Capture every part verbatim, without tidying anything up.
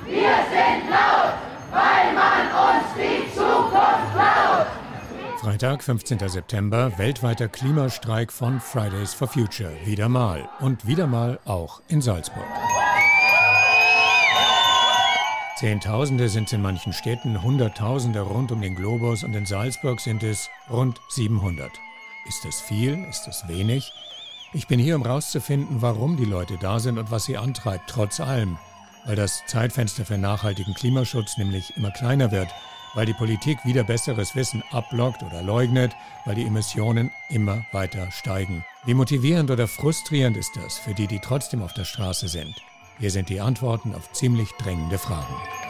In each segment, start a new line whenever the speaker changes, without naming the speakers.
Wir sind laut, weil man uns die Zukunft klaut.
Freitag, fünfzehnten September, weltweiter Klimastreik von Fridays for Future. Wieder mal. Und wieder mal auch in Salzburg. Zehntausende sind es in manchen Städten, Hunderttausende rund um den Globus und in Salzburg sind es rund siebenhundert. Ist das viel? Ist das wenig? Ich bin hier, um rauszufinden, warum die Leute da sind und was sie antreibt, trotz allem. Weil das Zeitfenster für nachhaltigen Klimaschutz nämlich immer kleiner wird, weil die Politik wieder besseres Wissen abblockt oder leugnet, weil die Emissionen immer weiter steigen. Wie motivierend oder frustrierend ist das für die, die trotzdem auf der Straße sind? Hier sind die Antworten auf ziemlich drängende Fragen.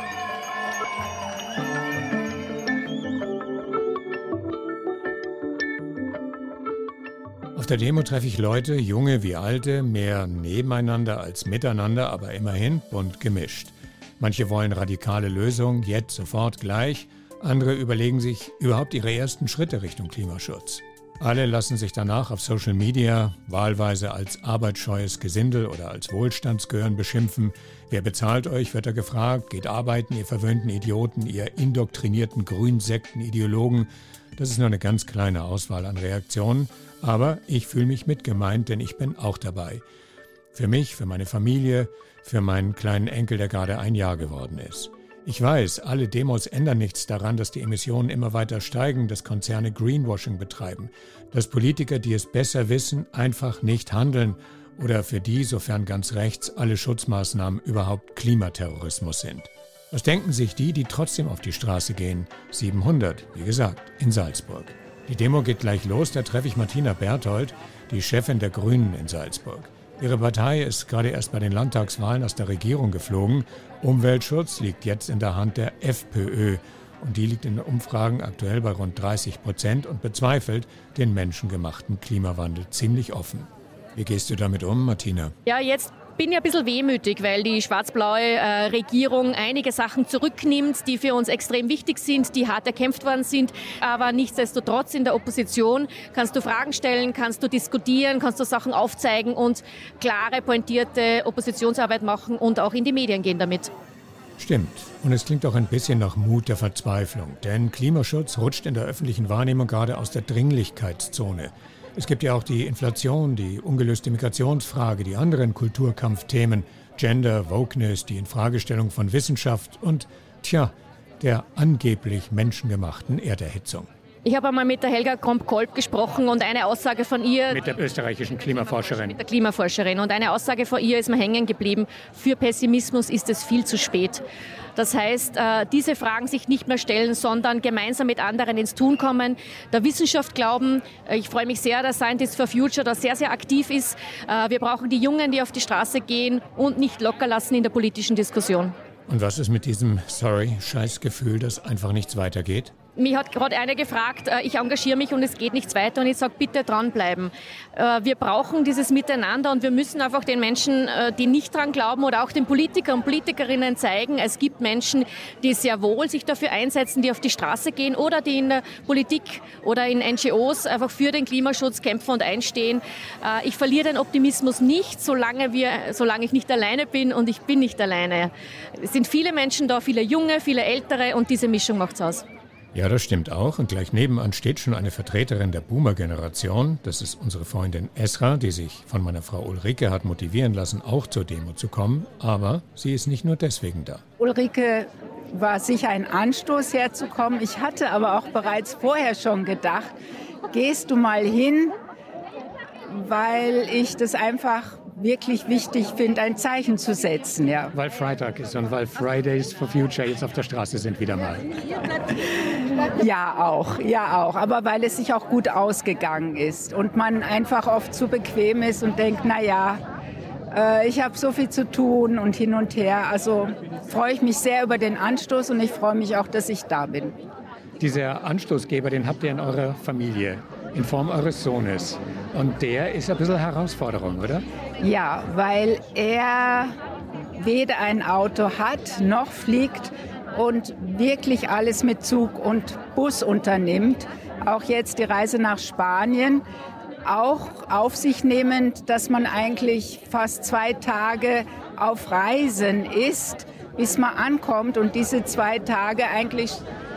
Auf der Demo treffe ich Leute, junge wie alte, mehr nebeneinander als miteinander, aber immerhin bunt gemischt. Manche wollen radikale Lösungen, jetzt, sofort, gleich. Andere überlegen sich überhaupt ihre ersten Schritte Richtung Klimaschutz. Alle lassen sich danach auf Social Media wahlweise als arbeitsscheues Gesindel oder als Wohlstandsgehirn beschimpfen. Wer bezahlt euch, wird da gefragt. Geht arbeiten, ihr verwöhnten Idioten, ihr indoktrinierten Grünsekten-Ideologen. Das ist nur eine ganz kleine Auswahl an Reaktionen. Aber ich fühle mich mitgemeint, denn ich bin auch dabei. Für mich, für meine Familie, für meinen kleinen Enkel, der gerade ein Jahr geworden ist. Ich weiß, alle Demos ändern nichts daran, dass die Emissionen immer weiter steigen, dass Konzerne Greenwashing betreiben, dass Politiker, die es besser wissen, einfach nicht handeln oder für die, sofern ganz rechts, alle Schutzmaßnahmen überhaupt Klimaterrorismus sind. Was denken sich die, die trotzdem auf die Straße gehen? siebenhundert, wie gesagt, in Salzburg. Die Demo geht gleich los, da treffe ich Martina Berthold, die Chefin der Grünen in Salzburg. Ihre Partei ist gerade erst bei den Landtagswahlen aus der Regierung geflogen. Umweltschutz liegt jetzt in der Hand der FPÖ. Und die liegt in den Umfragen aktuell bei rund dreißig Prozent und bezweifelt den menschengemachten Klimawandel ziemlich offen. Wie gehst du damit um, Martina?
Ja, jetzt bin ich ein bisschen wehmütig, weil die schwarz-blaue äh, Regierung einige Sachen zurücknimmt, die für uns extrem wichtig sind, die hart erkämpft worden sind. Aber nichtsdestotrotz in der Opposition kannst du Fragen stellen, kannst du diskutieren, kannst du Sachen aufzeigen und klare, pointierte Oppositionsarbeit machen und auch in die Medien gehen damit.
Stimmt. Und es klingt auch ein bisschen nach Mut der Verzweiflung. Denn Klimaschutz rutscht in der öffentlichen Wahrnehmung gerade aus der Dringlichkeitszone. Es gibt ja auch die Inflation, die ungelöste Migrationsfrage, die anderen Kulturkampfthemen, Gender, Wokeness, die Infragestellung von Wissenschaft und, tja, der angeblich menschengemachten Erderhitzung.
Ich habe einmal mit der Helga Kromp-Kolb gesprochen und eine Aussage von ihr...
Mit der österreichischen Klimaforscherin.
Mit der Klimaforscherin. Und eine Aussage von ihr ist mir hängen geblieben. Für Pessimismus ist es viel zu spät. Das heißt, diese Fragen sich nicht mehr stellen, sondern gemeinsam mit anderen ins Tun kommen, der Wissenschaft glauben. Ich freue mich sehr, dass Scientists for Future da sehr, sehr aktiv ist. Wir brauchen die Jungen, die auf die Straße gehen und nicht locker lassen in der politischen Diskussion.
Und was ist mit diesem, sorry, Scheißgefühl, dass einfach nichts weitergeht?
Mich hat gerade einer gefragt, ich engagiere mich und es geht nichts weiter und ich sage, bitte dranbleiben. Wir brauchen dieses Miteinander und wir müssen einfach den Menschen, die nicht dran glauben oder auch den Politikern und Politikerinnen zeigen, es gibt Menschen, die sehr wohl sich dafür einsetzen, die auf die Straße gehen oder die in der Politik oder in N G Os einfach für den Klimaschutz kämpfen und einstehen. Ich verliere den Optimismus nicht, solange, wir, solange ich nicht alleine bin und ich bin nicht alleine. Es sind viele Menschen da, viele Junge, viele Ältere und diese Mischung macht's aus.
Ja, das stimmt auch. Und gleich nebenan steht schon eine Vertreterin der Boomer-Generation. Das ist unsere Freundin Esra, die sich von meiner Frau Ulrike hat motivieren lassen, auch zur Demo zu kommen. Aber sie ist nicht nur deswegen da.
Ulrike war sicher ein Anstoß herzukommen. Ich hatte aber auch bereits vorher schon gedacht, gehst du mal hin, weil ich das einfach wirklich wichtig finde, ein Zeichen zu setzen. Ja.
Weil Freitag ist und weil Fridays for Future jetzt auf der Straße sind wieder mal.
Ja, auch, ja auch. Aber weil es sich auch gut ausgegangen ist und man einfach oft zu bequem ist und denkt, na ja, äh, ich habe so viel zu tun und hin und her. Also freue ich mich sehr über den Anstoß und ich freue mich auch, dass ich da bin.
Dieser Anstoßgeber, den habt ihr in eurer Familie, in Form eures Sohnes. Und der ist ein bisschen Herausforderung, oder?
Ja, weil er weder ein Auto hat, noch fliegt und wirklich alles mit Zug und Bus unternimmt. Auch jetzt die Reise nach Spanien, auch auf sich nehmend, dass man eigentlich fast zwei Tage auf Reisen ist, bis man ankommt und diese zwei Tage eigentlich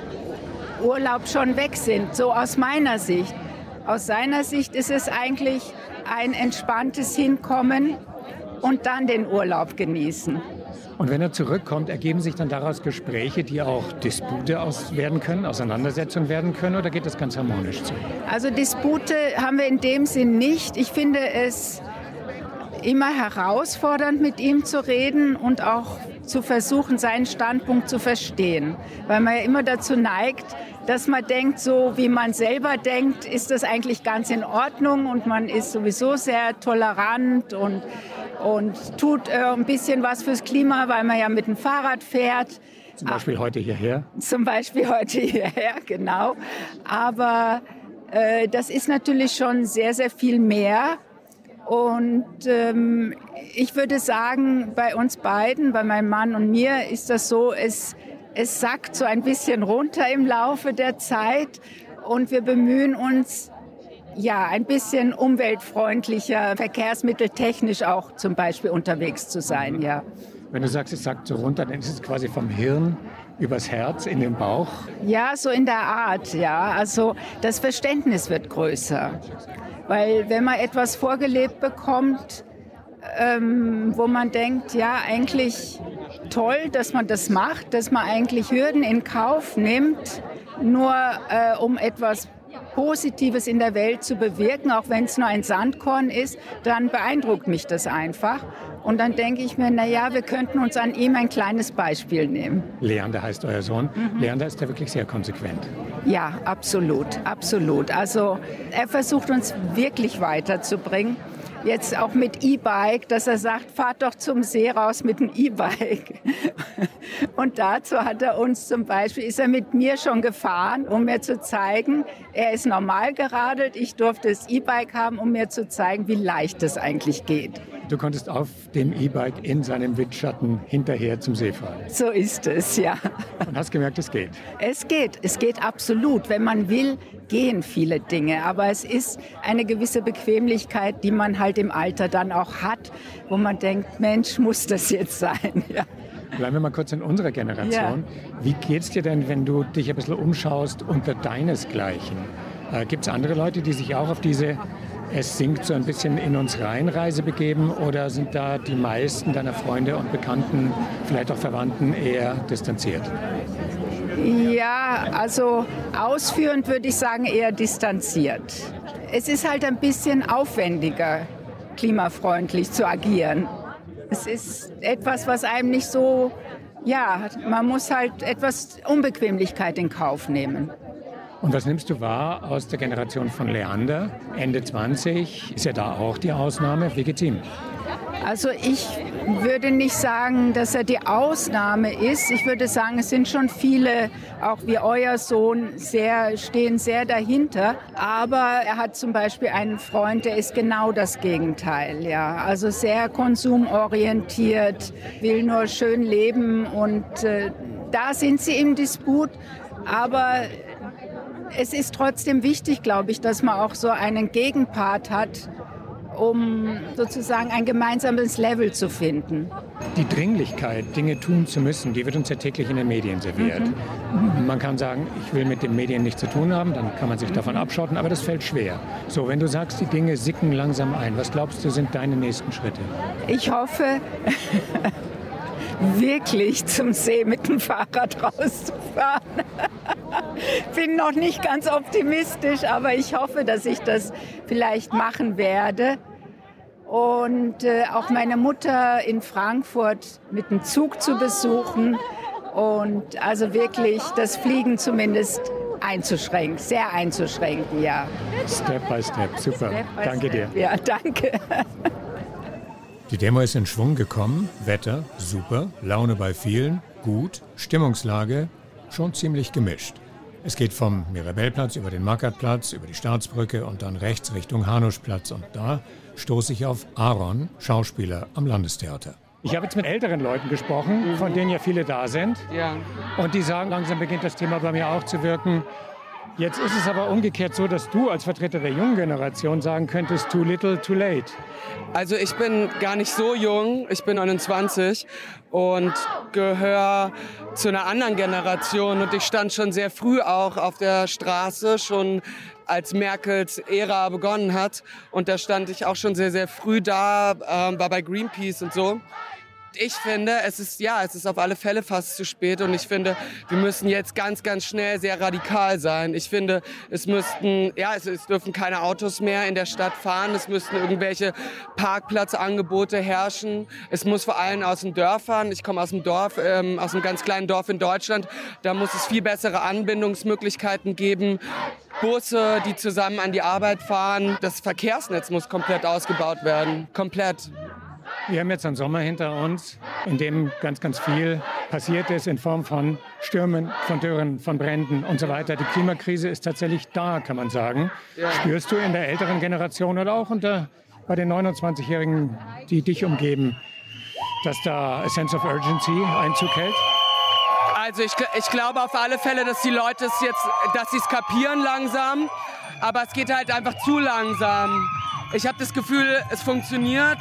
Urlaub schon weg sind, so aus meiner Sicht. Aus seiner Sicht ist es eigentlich ein entspanntes Hinkommen und dann den Urlaub genießen.
Und wenn er zurückkommt, ergeben sich dann daraus Gespräche, die auch Dispute aus werden können, Auseinandersetzungen werden können, oder geht das ganz harmonisch zu?
Also Dispute haben wir in dem Sinn nicht. Ich finde es immer herausfordernd, mit ihm zu reden und auch zu versuchen, seinen Standpunkt zu verstehen. Weil man ja immer dazu neigt, dass man denkt, so wie man selber denkt, ist das eigentlich ganz in Ordnung und man ist sowieso sehr tolerant und, und tut äh, ein bisschen was fürs Klima, weil man ja mit dem Fahrrad fährt.
Zum Beispiel Ach, heute hierher?
Zum Beispiel heute hierher, genau. Aber äh, das ist natürlich schon sehr, sehr viel mehr. Und ähm, ich würde sagen, bei uns beiden, bei meinem Mann und mir, ist das so, es, es sackt so ein bisschen runter im Laufe der Zeit und wir bemühen uns, ja, ein bisschen umweltfreundlicher, verkehrsmitteltechnisch auch zum Beispiel unterwegs zu sein, ja.
Wenn du sagst, es sackt so runter, dann ist es quasi vom Hirn übers Herz in den Bauch?
Ja, so in der Art, ja. Also das Verständnis wird größer. Weil wenn man etwas vorgelebt bekommt, ähm, wo man denkt, ja, eigentlich toll, dass man das macht, dass man eigentlich Hürden in Kauf nimmt, nur äh, um etwas Positives in der Welt zu bewirken, auch wenn es nur ein Sandkorn ist, dann beeindruckt mich das einfach. Und dann denke ich mir, na ja, wir könnten uns an ihm ein kleines Beispiel nehmen.
Leander heißt euer Sohn. Mhm. Leander ist ja wirklich sehr konsequent.
Ja, absolut, absolut. Also er versucht uns wirklich weiterzubringen. Jetzt auch mit E-Bike, dass er sagt, fahrt doch zum See raus mit dem E-Bike. Und dazu hat er uns zum Beispiel, ist er mit mir schon gefahren, um mir zu zeigen, er ist normal geradelt, ich durfte das E-Bike haben, um mir zu zeigen, wie leicht es eigentlich geht.
Du konntest auf dem E-Bike in seinem Windschatten hinterher zum See fahren.
So ist es, ja.
Und hast gemerkt, es geht?
Es geht, es geht absolut. Wenn man will, gehen viele Dinge. Aber es ist eine gewisse Bequemlichkeit, die man halt im Alter dann auch hat, wo man denkt, Mensch, muss das jetzt sein? Ja.
Bleiben wir mal kurz in unserer Generation. Ja. Wie geht's dir denn, wenn du dich ein bisschen umschaust unter deinesgleichen? Äh, Gibt es andere Leute, die sich auch auf diese Es sinkt so ein bisschen in uns rein Reise begeben, oder sind da die meisten deiner Freunde und Bekannten, vielleicht auch Verwandten, eher distanziert?
Ja, also ausführend würde ich sagen eher distanziert. Es ist halt ein bisschen aufwendiger, klimafreundlich zu agieren. Es ist etwas, was einem nicht so, ja, man muss halt etwas Unbequemlichkeit in Kauf nehmen.
Und was nimmst du wahr aus der Generation von Leander? Ende zwanzig, ist ja da auch die Ausnahme. Wie geht's ihm?
Also ich würde nicht sagen, dass er die Ausnahme ist. Ich würde sagen, es sind schon viele, auch wie euer Sohn, sehr, stehen sehr dahinter. Aber er hat zum Beispiel einen Freund, der ist genau das Gegenteil. Ja. Also sehr konsumorientiert, will nur schön leben. Und äh, da sind sie im Disput. Aber es ist trotzdem wichtig, glaube ich, dass man auch so einen Gegenpart hat, um sozusagen ein gemeinsames Level zu finden.
Die Dringlichkeit, Dinge tun zu müssen, die wird uns ja täglich in den Medien serviert. Mhm. Man kann sagen, ich will mit den Medien nichts zu tun haben, dann kann man sich davon abschotten, aber das fällt schwer. So, wenn du sagst, die Dinge sicken langsam ein, was glaubst du, sind deine nächsten Schritte?
Ich hoffe, wirklich zum See mit dem Fahrrad rauszufahren. Bin noch nicht ganz optimistisch, aber ich hoffe, dass ich das vielleicht machen werde. Und äh, auch meine Mutter in Frankfurt mit dem Zug zu besuchen und also wirklich das Fliegen zumindest einzuschränken, sehr einzuschränken, ja.
Step by step, super. Step by danke step.
dir. Ja, danke.
Die Demo ist in Schwung gekommen, Wetter super, Laune bei vielen, gut, Stimmungslage schon ziemlich gemischt. Es geht vom Mirabellplatz über den Mackertplatz, über die Staatsbrücke und dann rechts Richtung Hanuschplatz. Und da stoße ich auf Aaron, Schauspieler am Landestheater. Ich habe jetzt mit älteren Leuten gesprochen, von denen ja viele da sind.
Ja.
Und die sagen, langsam beginnt das Thema bei mir auch zu wirken. Jetzt ist es aber umgekehrt so, dass du als Vertreter der jungen Generation sagen könntest, too little, too late.
Also ich bin gar nicht so jung, ich bin neunundzwanzig und gehöre zu einer anderen Generation und ich stand schon sehr früh auch auf der Straße, schon als Merkels Ära begonnen hat und da stand ich auch schon sehr, sehr früh da, äh, war bei Greenpeace und so. Ich finde, es ist, ja, es ist auf alle Fälle fast zu spät und ich finde, wir müssen jetzt ganz, ganz schnell sehr radikal sein. Ich finde, es müssten, ja, es, es dürfen keine Autos mehr in der Stadt fahren, es müssten irgendwelche Parkplatzangebote herrschen. Es muss vor allem aus den Dörfern, ich komme aus dem Dorf, ähm, aus einem ganz kleinen Dorf in Deutschland, da muss es viel bessere Anbindungsmöglichkeiten geben. Busse, die zusammen an die Arbeit fahren. Das Verkehrsnetz muss komplett ausgebaut werden, komplett.
Wir haben jetzt einen Sommer hinter uns, in dem ganz, ganz viel passiert ist in Form von Stürmen, von Dürren, von Bränden und so weiter. Die Klimakrise ist tatsächlich da, kann man sagen. Ja. Spürst du in der älteren Generation oder auch unter, bei den neunundzwanzigjährigen, die dich umgeben, dass da a sense of urgency Einzug hält?
Also ich, ich glaube auf alle Fälle, dass die Leute es jetzt, dass sie es kapieren langsam, aber es geht halt einfach zu langsam. Ich habe das Gefühl, es funktioniert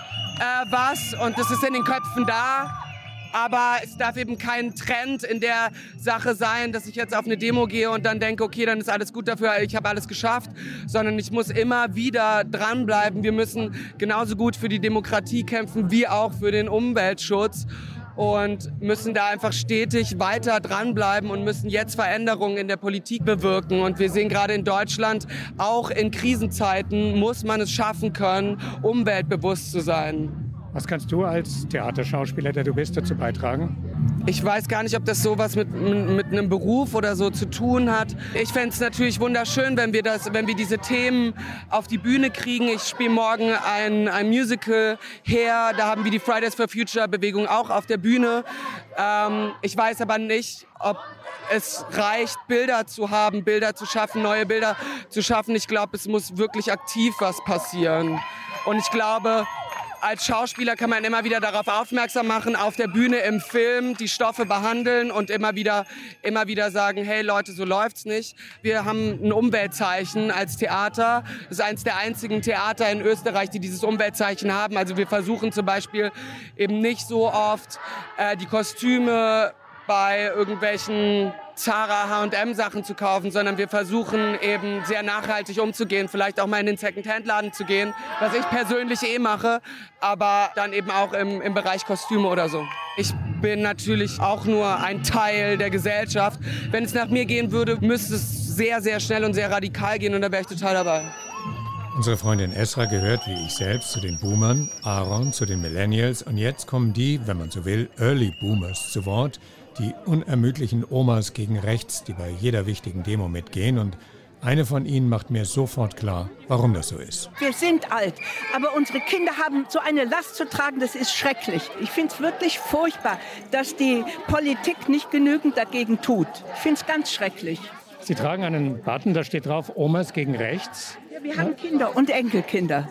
äh, was und es ist in den Köpfen da, aber es darf eben kein Trend in der Sache sein, dass ich jetzt auf eine Demo gehe und dann denke, okay, dann ist alles gut dafür, ich habe alles geschafft, sondern ich muss immer wieder dranbleiben. Wir müssen genauso gut für die Demokratie kämpfen wie auch für den Umweltschutz. Und müssen da einfach stetig weiter dranbleiben und müssen jetzt Veränderungen in der Politik bewirken. Und wir sehen gerade in Deutschland, auch in Krisenzeiten muss man es schaffen können, umweltbewusst zu sein.
Was kannst du als Theaterschauspieler, der du bist, dazu beitragen?
Ich weiß gar nicht, ob das sowas mit, mit einem Beruf oder so zu tun hat. Ich fände es natürlich wunderschön, wenn wir, das, wenn wir diese Themen auf die Bühne kriegen. Ich spiele morgen ein, ein Musical her. Da haben wir die Fridays for Future Bewegung auch auf der Bühne. Ähm, ich weiß aber nicht, ob es reicht, Bilder zu haben, Bilder zu schaffen, neue Bilder zu schaffen. Ich glaube, es muss wirklich aktiv was passieren. Und ich glaube, als Schauspieler kann man immer wieder darauf aufmerksam machen, auf der Bühne, im Film, die Stoffe behandeln und immer wieder, immer wieder sagen, hey Leute, so läuft's nicht. Wir haben ein Umweltzeichen als Theater. Das ist eines der einzigen Theater in Österreich, die dieses Umweltzeichen haben. Also wir versuchen zum Beispiel eben nicht so oft äh, die Kostüme bei irgendwelchen Zara, H und M Sachen zu kaufen, sondern wir versuchen eben sehr nachhaltig umzugehen, vielleicht auch mal in den Second-Hand-Laden zu gehen, was ich persönlich eh mache, aber dann eben auch im, im Bereich Kostüme oder so. Ich bin natürlich auch nur ein Teil der Gesellschaft. Wenn es nach mir gehen würde, müsste es sehr, sehr schnell und sehr radikal gehen und da wäre ich total dabei.
Unsere Freundin Esra gehört, wie ich selbst, zu den Boomern, Aaron zu den Millennials und jetzt kommen die, wenn man so will, Early Boomers zu Wort, die unermüdlichen Omas gegen rechts, die bei jeder wichtigen Demo mitgehen. Und eine von ihnen macht mir sofort klar, warum das so ist.
Wir sind alt, aber unsere Kinder haben so eine Last zu tragen, das ist schrecklich. Ich finde es wirklich furchtbar, dass die Politik nicht genügend dagegen tut. Ich finde es ganz schrecklich.
Sie tragen einen Button, da steht drauf, Omas gegen rechts.
Ja, wir haben Kinder und Enkelkinder.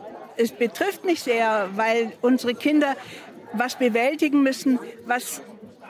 Es betrifft mich sehr, weil unsere Kinder was bewältigen müssen, was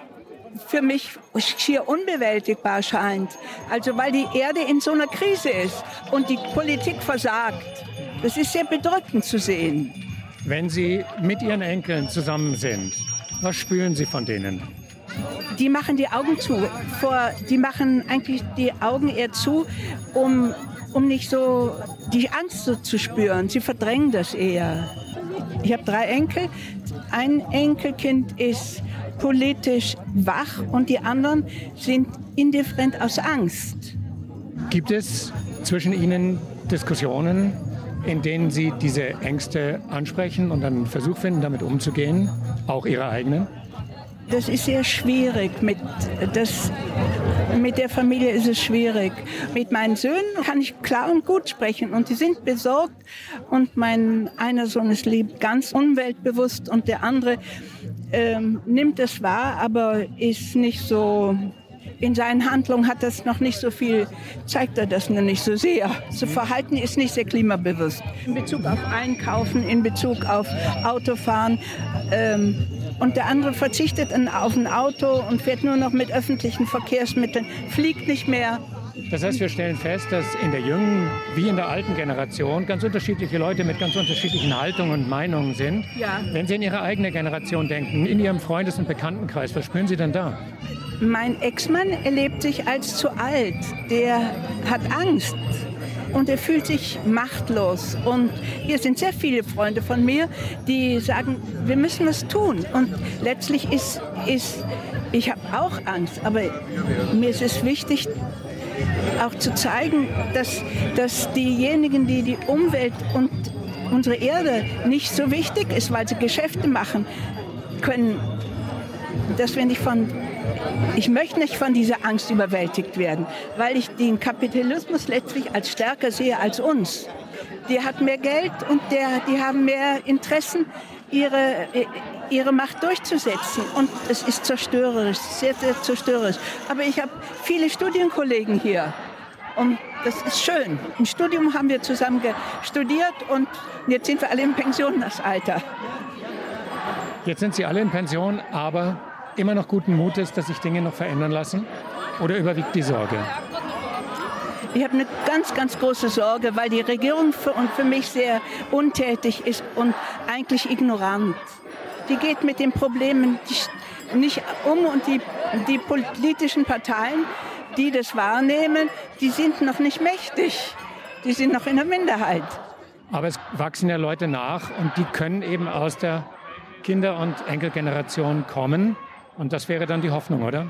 für mich schier unbewältigbar scheint. Also weil die Erde in so einer Krise ist und die Politik versagt. Das ist sehr bedrückend zu sehen.
Wenn Sie mit Ihren Enkeln zusammen sind, was spüren Sie von denen?
Die machen die Augen zu. Vor, die machen eigentlich die Augen eher zu, um, um nicht so die Angst so zu spüren. Sie verdrängen das eher. Ich habe drei Enkel. Ein Enkelkind ist politisch wach und die anderen sind indifferent aus Angst.
Gibt es zwischen Ihnen Diskussionen, in denen Sie diese Ängste ansprechen und dann einen Versuch finden, damit umzugehen, auch Ihre eigenen?
Das ist sehr schwierig. Mit, das, mit der Familie ist es schwierig. Mit meinen Söhnen kann ich klar und gut sprechen und die sind besorgt. Und mein einer Sohn ist lieb, ganz umweltbewusst und der andere ähm, nimmt es wahr, aber ist nicht so, in seinen Handlungen hat das noch nicht so viel, zeigt er das noch nicht so sehr. So Verhalten ist nicht sehr klimabewusst. In Bezug auf Einkaufen, in Bezug auf Autofahren. Ähm, und der andere verzichtet auf ein Auto und fährt nur noch mit öffentlichen Verkehrsmitteln, fliegt nicht mehr.
Das heißt, wir stellen fest, dass in der jungen wie in der alten Generation ganz unterschiedliche Leute mit ganz unterschiedlichen Haltungen und Meinungen sind.
Ja.
Wenn Sie in Ihre eigene Generation denken, in Ihrem Freundes- und Bekanntenkreis, was spüren Sie denn da?
Mein Ex-Mann erlebt sich als zu alt. Der hat Angst und er fühlt sich machtlos. Und hier sind sehr viele Freunde von mir, die sagen, wir müssen was tun. Und letztlich ist, ist ich habe auch Angst, aber mir ist es wichtig, auch zu zeigen, dass, dass diejenigen, die die Umwelt und unsere Erde nicht so wichtig ist, weil sie Geschäfte machen können, dass wir nicht von, ich möchte nicht von dieser Angst überwältigt werden, weil ich den Kapitalismus letztlich als stärker sehe als uns. Der hat mehr Geld und der, die haben mehr Interessen, ihre, ihre Macht durchzusetzen. Und es ist zerstörerisch, sehr, sehr zerstörerisch. Aber ich habe viele Studienkollegen hier. Und das ist schön. Im Studium haben wir zusammen studiert und jetzt sind wir alle in Pensionsalter.
Jetzt sind Sie alle in Pension, aber immer noch guten Mutes, dass sich Dinge noch verändern lassen? Oder überwiegt die Sorge?
Ich habe eine ganz, ganz große Sorge, weil die Regierung für, und für mich sehr untätig ist und eigentlich ignorant. Die geht mit den Problemen nicht um und die, die politischen Parteien, die das wahrnehmen, die sind noch nicht mächtig. Die sind noch in der Minderheit.
Aber es wachsen ja Leute nach und die können eben aus der Kinder- und Enkelgeneration kommen. Und das wäre dann die Hoffnung, oder?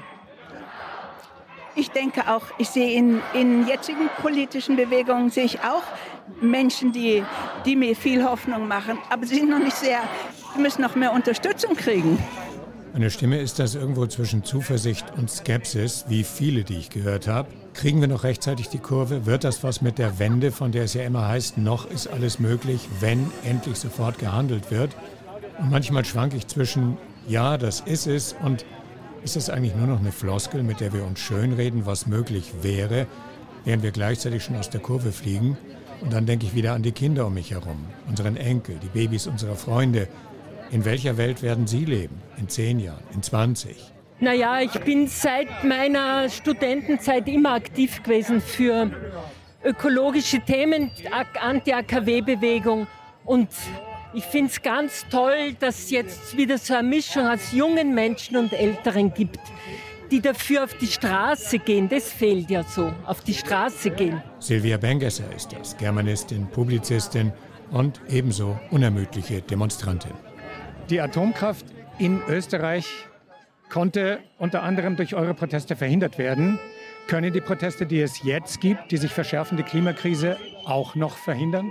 Ich denke auch, ich sehe in, in jetzigen politischen Bewegungen sehe ich auch Menschen, die, die mir viel Hoffnung machen. Aber sie sind noch nicht sehr, sie müssen noch mehr Unterstützung kriegen.
Eine Stimme ist das irgendwo zwischen Zuversicht und Skepsis, wie viele, die ich gehört habe. Kriegen wir noch rechtzeitig die Kurve? Wird das was mit der Wende, von der es ja immer heißt, noch ist alles möglich, wenn endlich sofort gehandelt wird? Und manchmal schwanke ich zwischen, ja, das ist es, und ist das eigentlich nur noch eine Floskel, mit der wir uns schönreden, was möglich wäre, während wir gleichzeitig schon aus der Kurve fliegen? Und dann denke ich wieder an die Kinder um mich herum, unseren Enkel, die Babys unserer Freunde. In welcher Welt werden Sie leben? In zehn Jahren? In zwanzig?
Naja, ich bin seit meiner Studentenzeit immer aktiv gewesen für ökologische Themen, Anti-A K W-Bewegung. Und ich finde es ganz toll, dass es jetzt wieder so eine Mischung aus jungen Menschen und Älteren gibt, die dafür auf die Straße gehen. Das fehlt ja so, auf die Straße gehen.
Silvia Bengesser ist das, Germanistin, Publizistin und ebenso unermüdliche Demonstrantin. Die Atomkraft in Österreich konnte unter anderem durch eure Proteste verhindert werden. Können die Proteste, die es jetzt gibt, die sich verschärfende Klimakrise auch noch verhindern?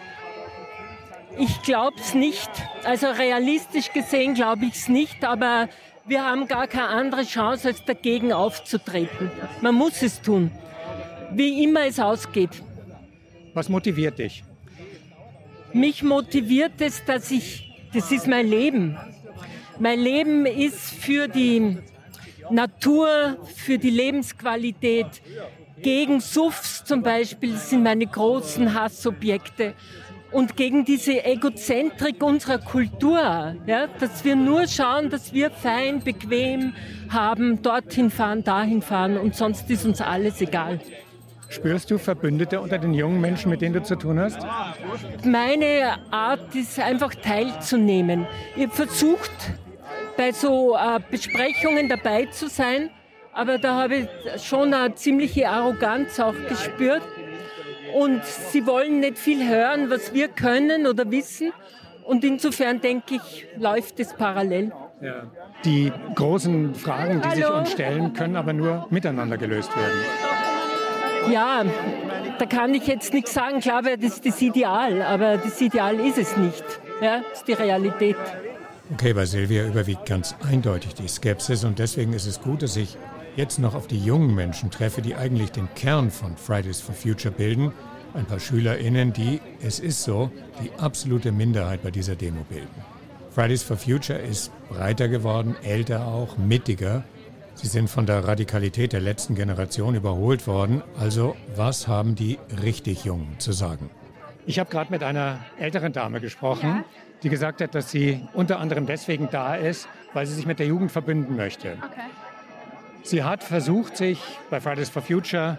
Ich glaube es nicht. Also realistisch gesehen glaube ich es nicht, aber wir haben gar keine andere Chance, als dagegen aufzutreten. Man muss es tun, wie immer es ausgeht.
Was motiviert dich?
Mich motiviert es, dass ich, das ist mein Leben. Mein Leben ist für die Natur, für die Lebensqualität, gegen Suffs zum Beispiel, das sind meine großen Hassobjekte. Und gegen diese Egozentrik unserer Kultur, ja, dass wir nur schauen, dass wir fein, bequem haben, dorthin fahren, dahin fahren und sonst ist uns alles egal.
Spürst du Verbündete unter den jungen Menschen, mit denen du zu tun hast?
Meine Art ist einfach teilzunehmen. Ich habe versucht, bei so äh, Besprechungen dabei zu sein, aber da habe ich schon eine ziemliche Arroganz auch gespürt. Und sie wollen nicht viel hören, was wir können oder wissen. Und insofern denke ich, läuft es parallel.
Ja. Die großen Fragen, die
Hallo.
sich uns stellen, können aber nur miteinander gelöst werden.
Ja, da kann ich jetzt nichts sagen. Ich glaube, das ist das Ideal, aber das Ideal ist es nicht. Ja, das ist die Realität.
Okay, bei Silvia überwiegt ganz eindeutig die Skepsis und deswegen ist es gut, dass ich jetzt noch auf die jungen Menschen treffe, die eigentlich den Kern von Fridays for Future bilden. Ein paar SchülerInnen, die, es ist so, die absolute Minderheit bei dieser Demo bilden. Fridays for Future ist breiter geworden, älter auch, mittiger. Sie sind von der Radikalität der letzten Generation überholt worden. Also, was haben die richtig Jungen zu sagen? Ich habe gerade mit einer älteren Dame gesprochen, ja, die gesagt hat, dass sie unter anderem deswegen da ist, weil sie sich mit der Jugend verbünden möchte.
Okay.
Sie hat versucht, sich bei Fridays for Future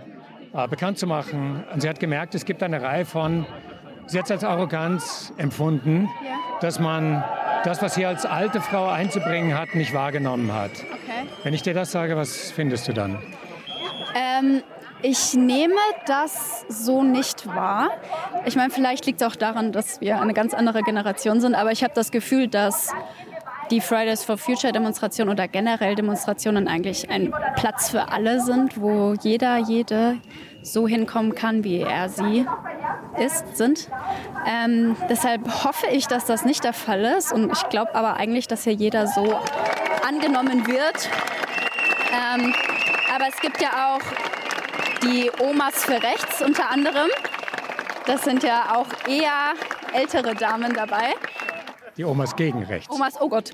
äh, bekannt zu machen. Und sie hat gemerkt, es gibt eine Reihe von, sie hat es als Arroganz empfunden, ja. dass man das, was sie als alte Frau einzubringen hat, nicht wahrgenommen hat.
Okay.
Wenn ich dir das sage, was findest du dann?
Ähm, ich nehme das so nicht wahr. Ich meine, vielleicht liegt es auch daran, dass wir eine ganz andere Generation sind, aber ich habe das Gefühl, dass die Fridays for Future Demonstration oder generell Demonstrationen eigentlich ein Platz für alle sind, wo jeder, jede so hinkommen kann, wie er, sie ist, sind. Ähm, deshalb hoffe ich, dass das nicht der Fall ist und ich glaube aber eigentlich, dass hier jeder so angenommen wird. Ähm, aber es gibt ja auch die Omas für Rechts unter anderem. Das sind ja auch eher ältere Damen dabei.
Die Omas gegen rechts.
Omas, oh Gott.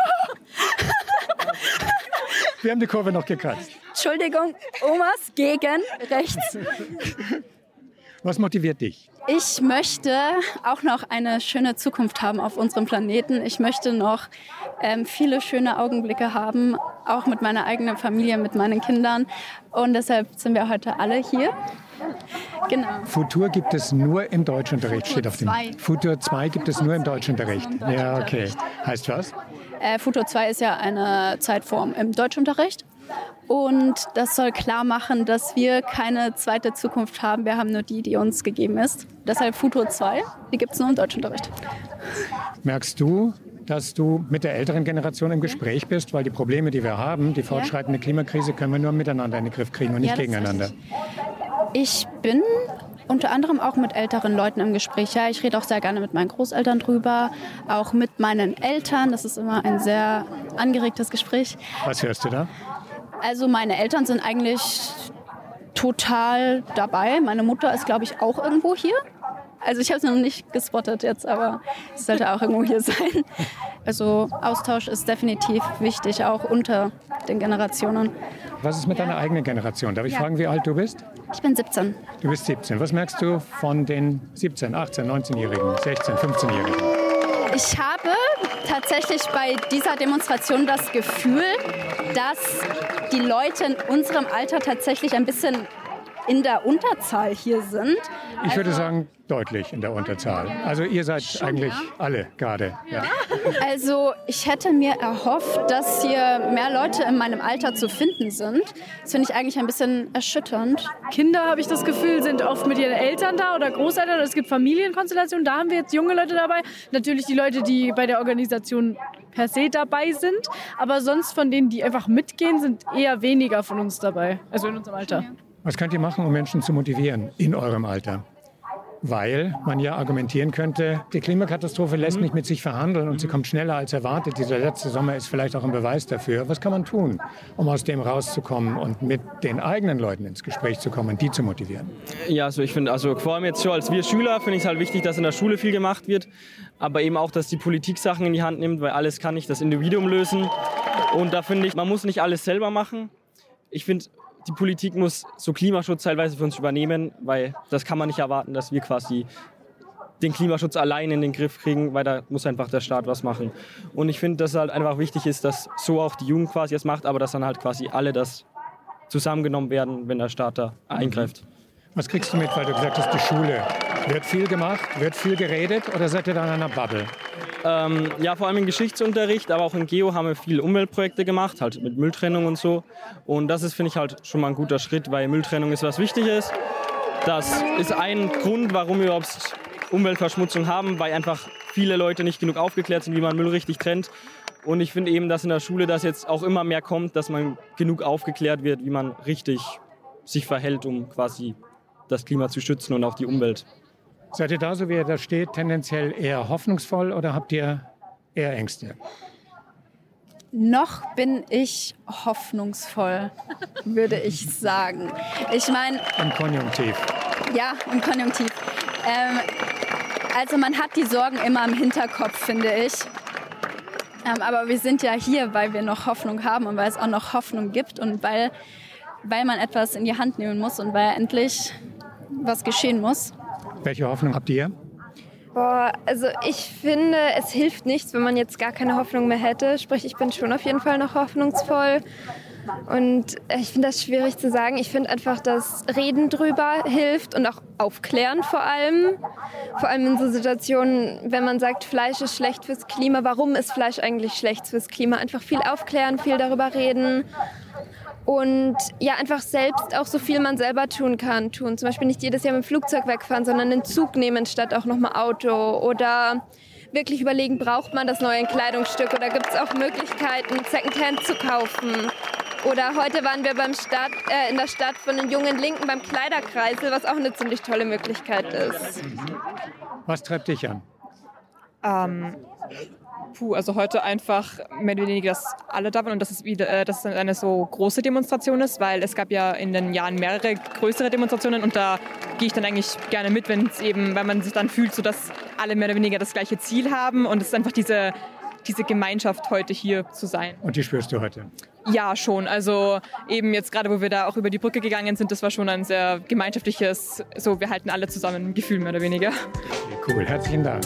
Wir haben die Kurve noch gekratzt.
Entschuldigung, Omas gegen rechts.
Was motiviert dich?
Ich möchte auch noch eine schöne Zukunft haben auf unserem Planeten. Ich möchte noch ähm, viele schöne Augenblicke haben, auch mit meiner eigenen Familie, mit meinen Kindern. Und deshalb sind wir heute alle hier. Genau.
Futur gibt es nur im Deutschunterricht, steht auf dem. Futur zwei gibt es nur im Deutschunterricht. Ja, okay. Heißt was?
Äh, Futur zwei ist ja eine Zeitform im Deutschunterricht. Und das soll klar machen, dass wir keine zweite Zukunft haben. Wir haben nur die, die uns gegeben ist. Deshalb Futur zwei, die gibt es nur im Deutschunterricht.
Merkst du, dass du mit der älteren Generation im Gespräch bist? Weil die Probleme, die wir haben, die fortschreitende Klimakrise, können wir nur miteinander in den Griff kriegen und nicht ja, gegeneinander.
Ich bin unter anderem auch mit älteren Leuten im Gespräch. Ja, ich rede auch sehr gerne mit meinen Großeltern drüber, auch mit meinen Eltern. Das ist immer ein sehr angeregtes Gespräch.
Was hörst du da?
Also meine Eltern sind eigentlich total dabei. Meine Mutter ist, glaube ich, auch irgendwo hier. Also ich habe es noch nicht gespottet jetzt, aber es sollte auch irgendwo hier sein. Also Austausch ist definitiv wichtig, auch unter den Generationen.
Was ist mit ja. deiner eigenen Generation? Darf ich ja. fragen, wie alt du bist?
Ich bin siebzehn.
Du bist siebzehn. Was merkst du von den siebzehn, achtzehn, neunzehnjährigen, sechzehn, fünfzehnjährigen?
Ich habe tatsächlich bei dieser Demonstration das Gefühl, dass die Leute in unserem Alter tatsächlich ein bisschen in der Unterzahl hier sind.
Ich würde also, sagen, deutlich in der Unterzahl. Also ihr seid schon, eigentlich ja? alle gerade. Ja.
Also ich hätte mir erhofft, dass hier mehr Leute in meinem Alter zu finden sind. Das finde ich eigentlich ein bisschen erschütternd.
Kinder, habe ich das Gefühl, sind oft mit ihren Eltern da oder Großeltern. Es gibt Familienkonstellationen, da haben wir jetzt junge Leute dabei. Natürlich die Leute, die bei der Organisation per se dabei sind. Aber sonst von denen, die einfach mitgehen, sind eher weniger von uns dabei. Also in unserem Alter.
Was könnt ihr machen, um Menschen zu motivieren in eurem Alter? Weil man ja argumentieren könnte, die Klimakatastrophe lässt nicht mit sich verhandeln und sie kommt schneller als erwartet. Dieser letzte Sommer ist vielleicht auch ein Beweis dafür. Was kann man tun, um aus dem rauszukommen und mit den eigenen Leuten ins Gespräch zu kommen und die zu motivieren?
Ja, also ich finde, also vor allem jetzt so als wir Schüler finde ich es halt wichtig, dass in der Schule viel gemacht wird, aber eben auch, dass die Politik Sachen in die Hand nimmt, weil alles kann nicht das Individuum lösen. Und da finde ich, man muss nicht alles selber machen. Ich finde, die Politik muss so Klimaschutz teilweise für uns übernehmen, weil das kann man nicht erwarten, dass wir quasi den Klimaschutz allein in den Griff kriegen, weil da muss einfach der Staat was machen. Und ich finde, dass halt einfach wichtig ist, dass so auch die Jugend quasi es macht, aber dass dann halt quasi alle das zusammengenommen werden, wenn der Staat da eingreift.
Was kriegst du mit, weil du gesagt hast, die Schule? Wird viel gemacht, wird viel geredet oder seid ihr da in einer Bubble?
Ähm, ja, vor allem im Geschichtsunterricht, aber auch in Geo haben wir viele Umweltprojekte gemacht, halt mit Mülltrennung und so. Und das ist, finde ich, halt schon mal ein guter Schritt, weil Mülltrennung ist was Wichtiges. Das ist ein Grund, warum wir überhaupt Umweltverschmutzung haben, weil einfach viele Leute nicht genug aufgeklärt sind, wie man Müll richtig trennt. Und ich finde eben, dass in der Schule das jetzt auch immer mehr kommt, dass man genug aufgeklärt wird, wie man richtig sich verhält, um quasi das Klima zu schützen und auch die Umwelt.
Seid ihr da, so wie ihr da steht, tendenziell eher hoffnungsvoll oder habt ihr eher Ängste?
Noch bin ich hoffnungsvoll, würde ich sagen. Ich meine...
Im Konjunktiv.
Ja, im Konjunktiv. Ähm, also man hat die Sorgen immer im Hinterkopf, finde ich. Ähm, aber wir sind ja hier, weil wir noch Hoffnung haben und weil es auch noch Hoffnung gibt und weil, weil man etwas in die Hand nehmen muss und weil endlich was geschehen muss.
Welche Hoffnung habt ihr?
Boah, also ich finde, es hilft nichts, wenn man jetzt gar keine Hoffnung mehr hätte. Sprich, ich bin schon auf jeden Fall noch hoffnungsvoll. Und ich finde das schwierig zu sagen. Ich finde einfach, dass Reden drüber hilft und auch aufklären vor allem. Vor allem in so Situationen, wenn man sagt, Fleisch ist schlecht fürs Klima. Warum ist Fleisch eigentlich schlecht fürs Klima? Einfach viel aufklären, viel darüber reden. Und ja, einfach selbst auch so viel man selber tun kann, tun. Zum Beispiel nicht jedes Jahr mit dem Flugzeug wegfahren, sondern den Zug nehmen statt auch nochmal Auto. Oder wirklich überlegen, braucht man das neue Kleidungsstück oder gibt es auch Möglichkeiten, Secondhand zu kaufen. Oder heute waren wir beim Stadt, äh, in der Stadt von den Jungen Linken beim Kleiderkreisel, was auch eine ziemlich tolle Möglichkeit ist.
Was treibt dich an?
Ähm, puh, also heute einfach mehr oder weniger, dass alle da waren und dass es, wieder, äh, dass es eine so große Demonstration ist, weil es gab ja in den Jahren mehrere größere Demonstrationen und da gehe ich dann eigentlich gerne mit, wenn es eben, weil man sich dann fühlt, so dass alle mehr oder weniger das gleiche Ziel haben und es ist einfach diese, diese Gemeinschaft heute hier zu sein.
Und die spürst du heute?
Ja, schon. Also eben jetzt gerade, wo wir da auch über die Brücke gegangen sind, das war schon ein sehr gemeinschaftliches, so wir halten alle zusammen, Gefühl mehr oder weniger.
Cool, herzlichen Dank.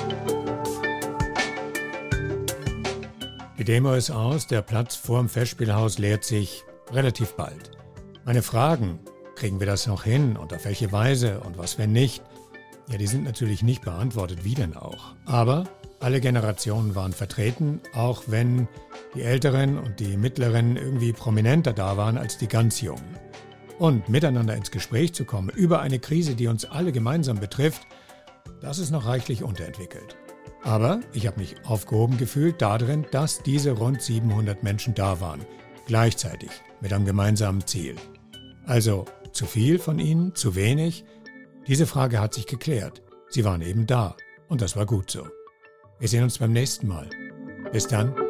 Die Demo ist aus, der Platz vor dem Festspielhaus leert sich relativ bald. Meine Fragen, kriegen wir das noch hin und auf welche Weise und was wenn nicht, ja, die sind natürlich nicht beantwortet, wie denn auch. Aber alle Generationen waren vertreten, auch wenn die Älteren und die Mittleren irgendwie prominenter da waren als die ganz Jungen. Und miteinander ins Gespräch zu kommen über eine Krise, die uns alle gemeinsam betrifft, das ist noch reichlich unterentwickelt. Aber ich habe mich aufgehoben gefühlt darin, dass diese rund siebenhundert Menschen da waren, gleichzeitig mit einem gemeinsamen Ziel. Also zu viel von ihnen, zu wenig? Diese Frage hat sich geklärt. Sie waren eben da und das war gut so. Wir sehen uns beim nächsten Mal. Bis dann.